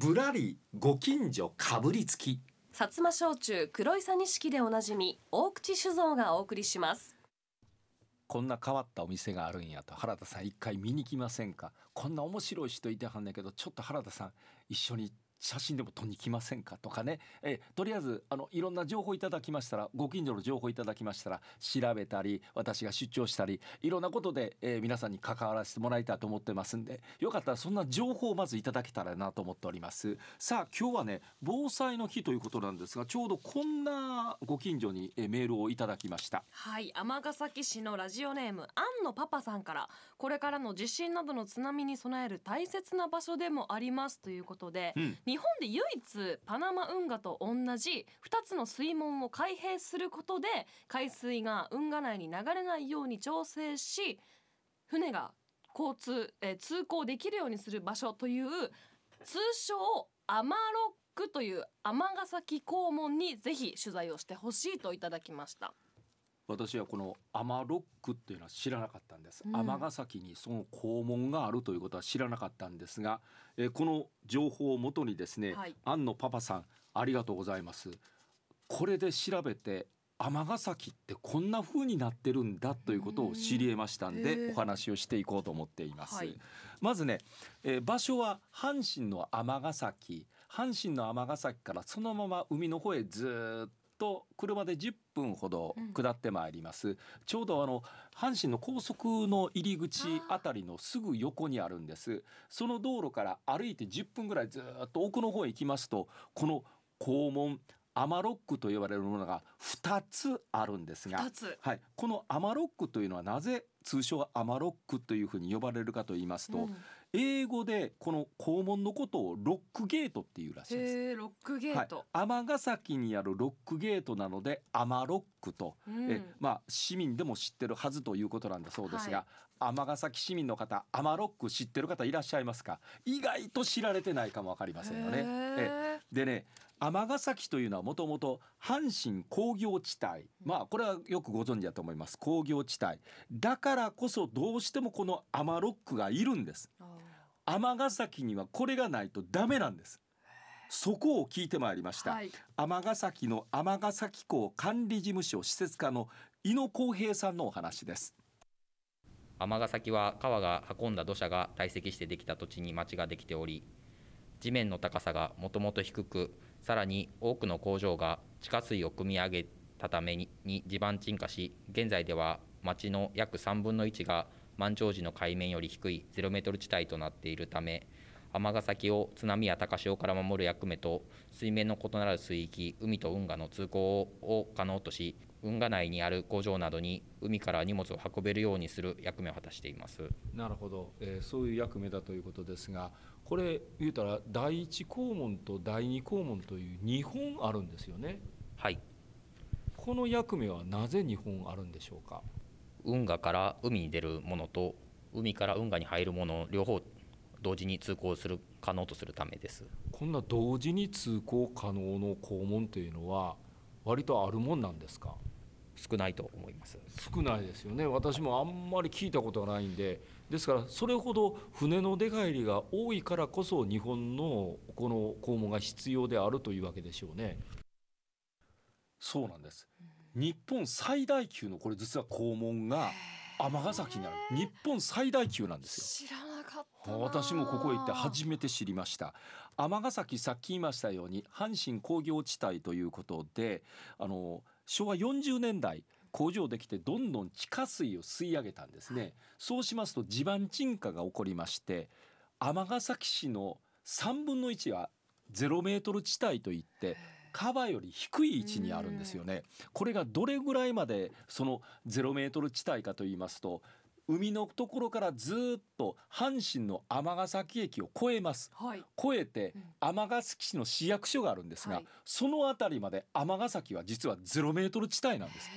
ぶらりご近所かぶりつき。 薩摩焼酎黒いさ錦でおなじみ大口酒造がお送りします。 こんな変わったお店があるんやと、原田さん一回見に来ませんか。こんな面白い人いてはんねんけど、ちょっと原田さん一緒に写真でも撮りに来ませんかとかね、とりあえずいろんな情報いただきましたら、ご近所の情報いただきましたら調べたり、私が出張したりいろんなことで、皆さんに関わらせてもらいたいと思ってますんで、よかったらそんな情報をまずいただけたらなと思っております。さあ今日はね、防災の日ということなんですが、ちょうどこんなご近所にメールをいただきました。 はい、尼崎市のラジオネームアンのパパさんから、これからの地震などの津波に備える大切な場所でもありますということで、日本で唯一パナマ運河と同じ2つの水門を開閉することで海水が運河内に流れないように調整し、船が通行できるようにする場所という、通称アマロックという尼崎黄門にぜひ取材をしてほしいといただきました。 私はこのアマロックっていうのは知らなかったんです。尼崎にその黄門があるということは知らなかったんですが、この情報をもとにですね、アンのパパさんありがとうございます。これで調べて尼崎ってこんな風になってるんだということを知り得ましたんで、お話をしていこうと思っています。まずね、場所は阪神の尼崎、阪神の尼崎からそのまま海の方へずっと車で10分ほど下ってまいります。ちょうど阪神の高速の入り口あたりのすぐ横にあるんです。その道路から歩いて10分ぐらいずっと奥の方へ行きますと、この黄門アマロックと呼ばれるものが2つあるんですが、はい、このアマロックというのはなぜ通称アマロックというふうに呼ばれるかと言いますと、英語でこの黄門のことをロックゲートっていうらしいです。 ロックゲート、 尼崎にあるロックゲートなのでアマロックと、市民でも知ってるはずということなんだそうですが、尼崎市民の方アマロック知ってる方いらっしゃいますか。意外と知られてないかもわかりませんよね。でね、尼崎というのはもともと阪神工業地帯、これはよくご存知だと思います。工業地帯だからこそどうしてもこのアマロックがいるんです。尼崎にはこれがないとダメなんです。そこを聞いてまいりました。尼崎の尼崎港管理事務所施設課の井野康平さんのお話です。 尼崎は川が運んだ土砂が堆積してできた土地に町ができており、地面の高さがもともと低く、さらに多くの工場が地下水を汲み上げたために地盤沈下し、現在では町の約3分の1が満潮時の海面より低い0メートル地帯となっているため、尼崎を津波や高潮から守る役目と、水面の異なる水域、海と運河の通行を可能とし、運河内にある工場などに海から荷物を運べるようにする役目を果たしています。 なるほど、そういう役目だということですが、これ言うたら第一黄門と第二黄門という2本あるんですよね。 はい。 この役目はなぜ2本あるんでしょうか。 運河から海に出るものと海から運河に入るもの両方同時に通行する可能とするためです。 こんな同時に通行可能の黄門というのは割とあるもんなんですか。 少ないと思います。 少ないですよね。私もあんまり聞いたことがないんで、ですからそれほど船の出入りが多いからこそ日本のこの黄門が必要であるというわけでしょうね。そうなんです。日本最大級のこれ実は黄門が尼崎にある。日本最大級なんですよ。 知らなかったな。 私もここへ行って初めて知りました。尼崎、さっき言いましたように阪神工業地帯ということで、昭和40年代工場できてどんどん地下水を吸い上げたんですね。そうしますと地盤沈下が起こりまして、尼崎市の3分の1は0メートル地帯といって川より低い位置にあるんですよね。これがどれぐらいまでその0メートル地帯かといいますと、海のところからずっと阪神の尼崎駅を越えます、越えて尼崎市の市役所があるんですが、その辺りまで尼崎は実は0メートル地帯なんです。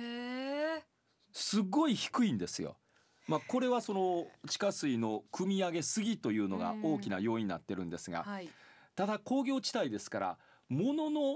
すごい低いんですよ。これはその地下水の汲み上げすぎというのが大きな要因になってるんですが、ただ工業地帯ですから物の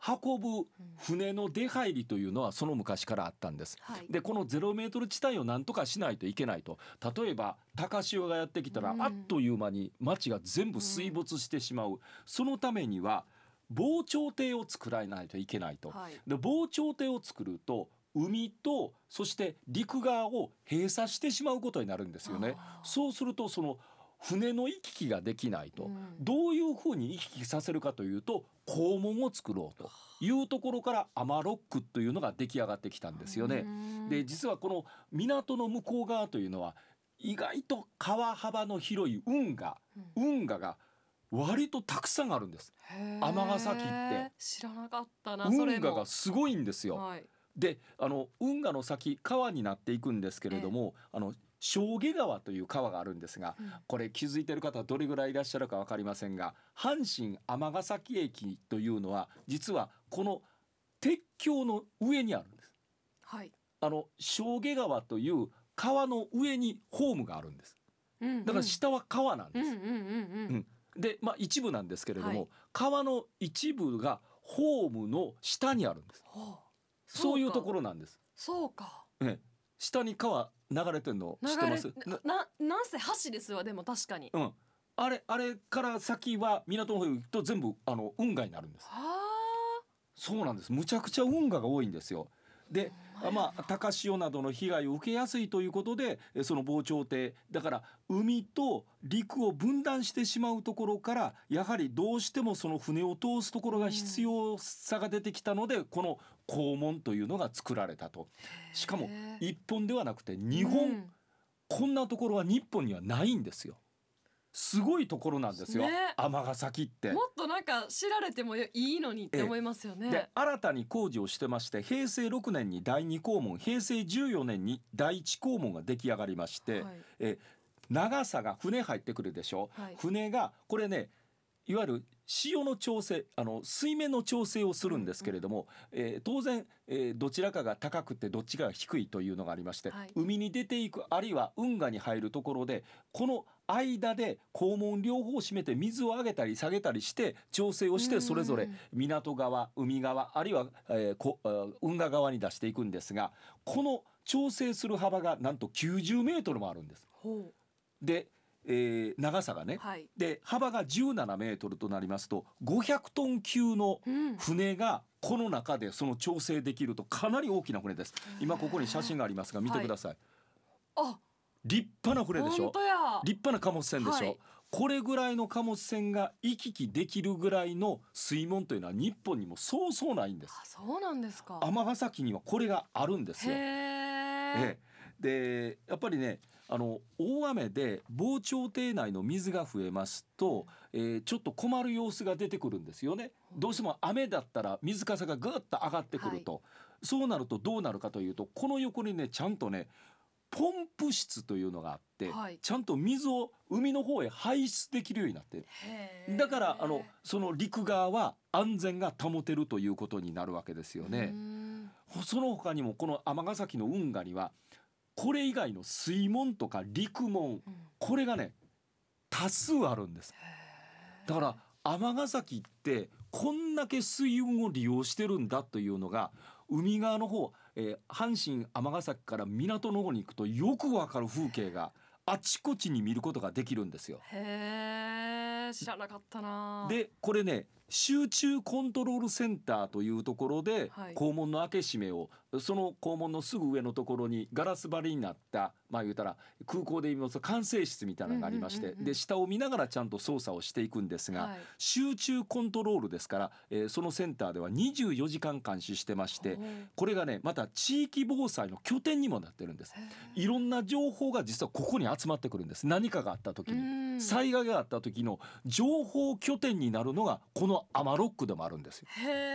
運ぶ船の出入りというのはその昔からあったんです、 はい、 でこの0メートル地帯を何とかしないといけないと。例えば高潮がやってきたらあっという間に町が全部水没してしまう、そのためには防潮堤を作らないといけないと、 はい、 で防潮堤を作ると海とそして陸側を閉鎖してしまうことになるんですよね。そうするとその船の行き来ができないと、どういうふうに行き来させるかというと肛門を作ろうというところからアマロックというのが出来上がってきたんですよね。で実はこの港の向こう側というのは意外と川幅の広い運河が割とたくさんあるんです。尼崎って知らなかったな。それも運河がすごいんですよ、 はい、 で運河の先川になっていくんですけれども、正下川という川があるんですが、これ気づいている方どれぐらいいらっしゃるか分かりませんが、阪神尼崎駅というのは実はこの鉄橋の上にあるんです、 はい、 正下川という川の上にホームがあるんです、だから下は川なんです、で、一部なんですけれども、はい、川の一部がホームの下にあるんです、そういうところなんです。 そうか、 下に川流れてるの知ってます？ なんせ橋ですわ。でも確かに、あれから先は港の方に行くと全部運河になるんです。そうなんです。むちゃくちゃ運河が多いんですよ。で高潮などの被害を受けやすいということでその防潮堤だから海と陸を分断してしまうところからやはりどうしてもその船を通すところが必要さが出てきたので、この肛門というのが作られたと。しかも1本ではなくて2本、こんなところは日本にはないんですよ。すごいところなんですよ、尼崎って。 もっとなんか知られてもいいのにって思いますよね。 で新たに工事をしてまして、平成6年に第2肛門、平成14年に第1肛門が出来上がりまして、長さが船入ってくるでしょ、船がこれね、いわゆる潮の調整水面の調整をするんですけれども、当然、どちらかが高くてどっちかが低いというのがありまして、海に出ていくあるいは運河に入るところでこの間で肛門両方を閉めて水を上げたり下げたりして調整をして、それぞれ港側海側あるいは、運河側に出していくんですが、この調整する幅がなんと90メートルもあるんです。で長さがね、で幅が17メートルとなりますと500トン級の船がこの中でその調整できると、かなり大きな船です。今ここに写真がありますが見てください、立派な船でしょ、立派な貨物船でしょ、これぐらいの貨物船が行き来できるぐらいの水門というのは日本にもそうそうないんです。 そうなんですか。 尼崎にはこれがあるんですよ。でやっぱりね大雨で防潮堤内の水が増えますと、ちょっと困る様子が出てくるんですよね。どうしても雨だったら水かさがぐっと上がってくると、そうなるとどうなるかというと、この横にねちゃんとねポンプ室というのがあって、ちゃんと水を海の方へ排出できるようになっている。だからその陸側は安全が保てるということになるわけですよね。その他にもこの尼崎の運河にはこれ以外の水門とか陸門、これがね多数あるんです。だから尼崎ってこんだけ水運を利用してるんだというのが海側の方、阪神尼崎から港の方に行くとよくわかる風景があちこちに見ることができるんですよ。 知らなかったな。 でこれね集中コントロールセンターというところで、肛門の開け閉めをその肛門のすぐ上のところにガラス張りになった言うたら空港で言いますと管制室みたいなのがありまして、で下を見ながらちゃんと操作をしていくんですが、集中コントロールですから、そのセンターでは24時間監視してまして、これがねまた地域防災の拠点にもなってるんです。いろんな情報が実はここに集まってくるんです。何かがあった時に、災害があった時の情報拠点になるのがこのアマロックでもあるんですよ。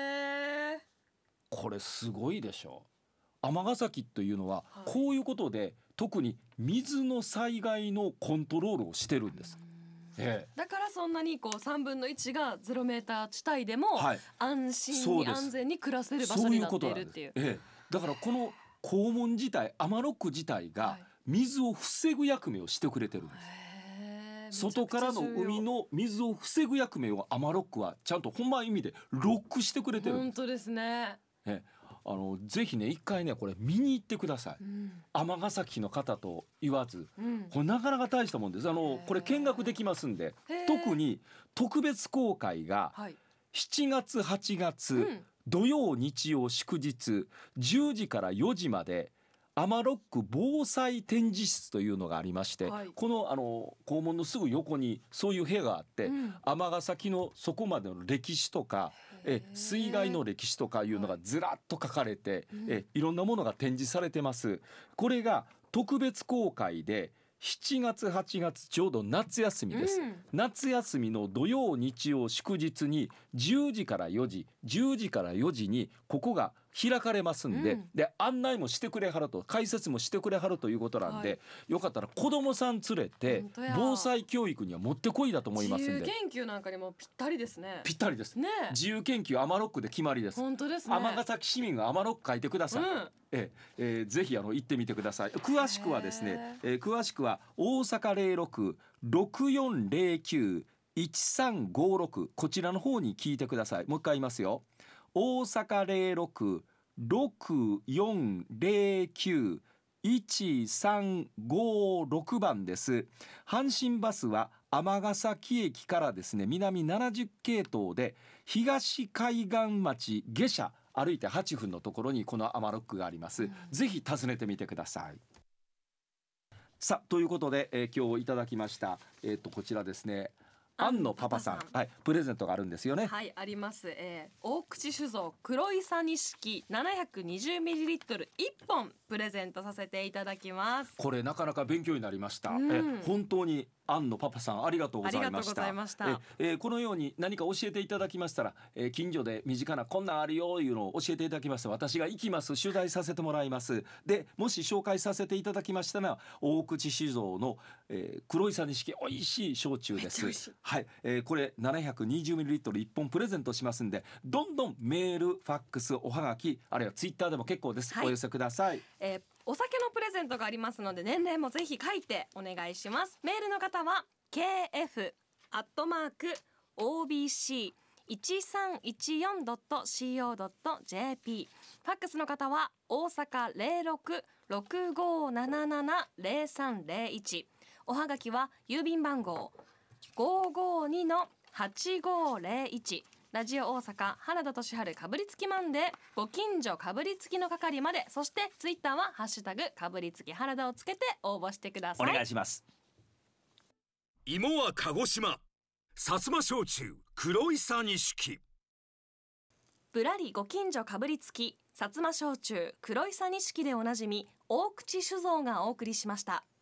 これすごいでしょ。尼崎というのはこういうことで、特に水の災害のコントロールをしてるんです。 だからそんなに3分の1が0メーター地帯でも安心に安全に暮らせる場所になっているっていう。 だからこの肛門自体アマロック自体が水を防ぐ役目をしてくれてるんです。 外からの海の水を防ぐ役目をアマロックはちゃんと本番意味でロックしてくれてる。 本当ですね。 ぜひね一回ねこれ見に行ってください。尼崎の方と言わず、これなかなか大したもんです。これ見学できますんで、特に特別公開が7月8月、土曜日曜祝日10時から4時までアマロック防災展示室というのがありまして、この校門のすぐ横にそういう部屋があって、尼崎のそこまでの歴史とか水害の歴史とかいうのがずらっと書かれて、いろんなものが展示されてます。これが特別公開で7月8月ちょうど夏休みです、夏休みの土曜日曜祝日に10時から4時10時から4時にここが開かれますんで、で案内もしてくれはると解説もしてくれはるということなんで、よかったら子どもさん連れて防災教育にはもってこいだと思いますんで、 自由研究なんかにもぴったりですね。 ぴったりです、自由研究アマロックで決まりです。 本当ですね。 尼崎市民がアマロック書いてください。ぜひ行ってみてください。詳しくはですね、詳しくは大阪 06-6409-1356 こちらの方に聞いてください。もう一回言いますよ。大阪 06-6409-1356 番です。阪神バスは尼崎駅からですね南70系統で東海岸町下車歩いて8分のところにこのアマロックがあります、ぜひ訪ねてみてください。さあということで、今日いただきました、こちらですね庵野パパさん、プレゼントがあるんですよね。 はい、あります、大口酒造黒いさ錦 720ml 1本プレゼントさせていただきます。 これなかなか勉強になりました、本当に庵野パパさんありがとうございました。このように何か教えていただきましたら、近所で身近なこんなんあるよいうのを教えていただきますと私が行きます、取材させてもらいます。でもし紹介させていただきましたら大口酒造の、黒いさ錦おいしい焼酎です。はい、これ 720ml1 本プレゼントしますんで、どんどんメールファックスおはがきあるいはツイッターでも結構です、お寄せください。 お酒のプレゼントがありますので年齢もぜひ書いてお願いします。メールの方は kf@obc1314.co.jp、 ファックスの方は大阪 06-6577-0301、 おはがきは郵便番号 552-8501、ラジオ大阪原田俊治かぶりつきマンデーご近所かぶりつきの係まで、そしてツイッターはハッシュタグかぶりつき原田をつけて応募してください。 お願いします。 芋は鹿児島薩摩焼酎黒いさ錦。 ぶらりご近所かぶりつき薩摩焼酎黒いさ錦でおなじみ大口酒造がお送りしました。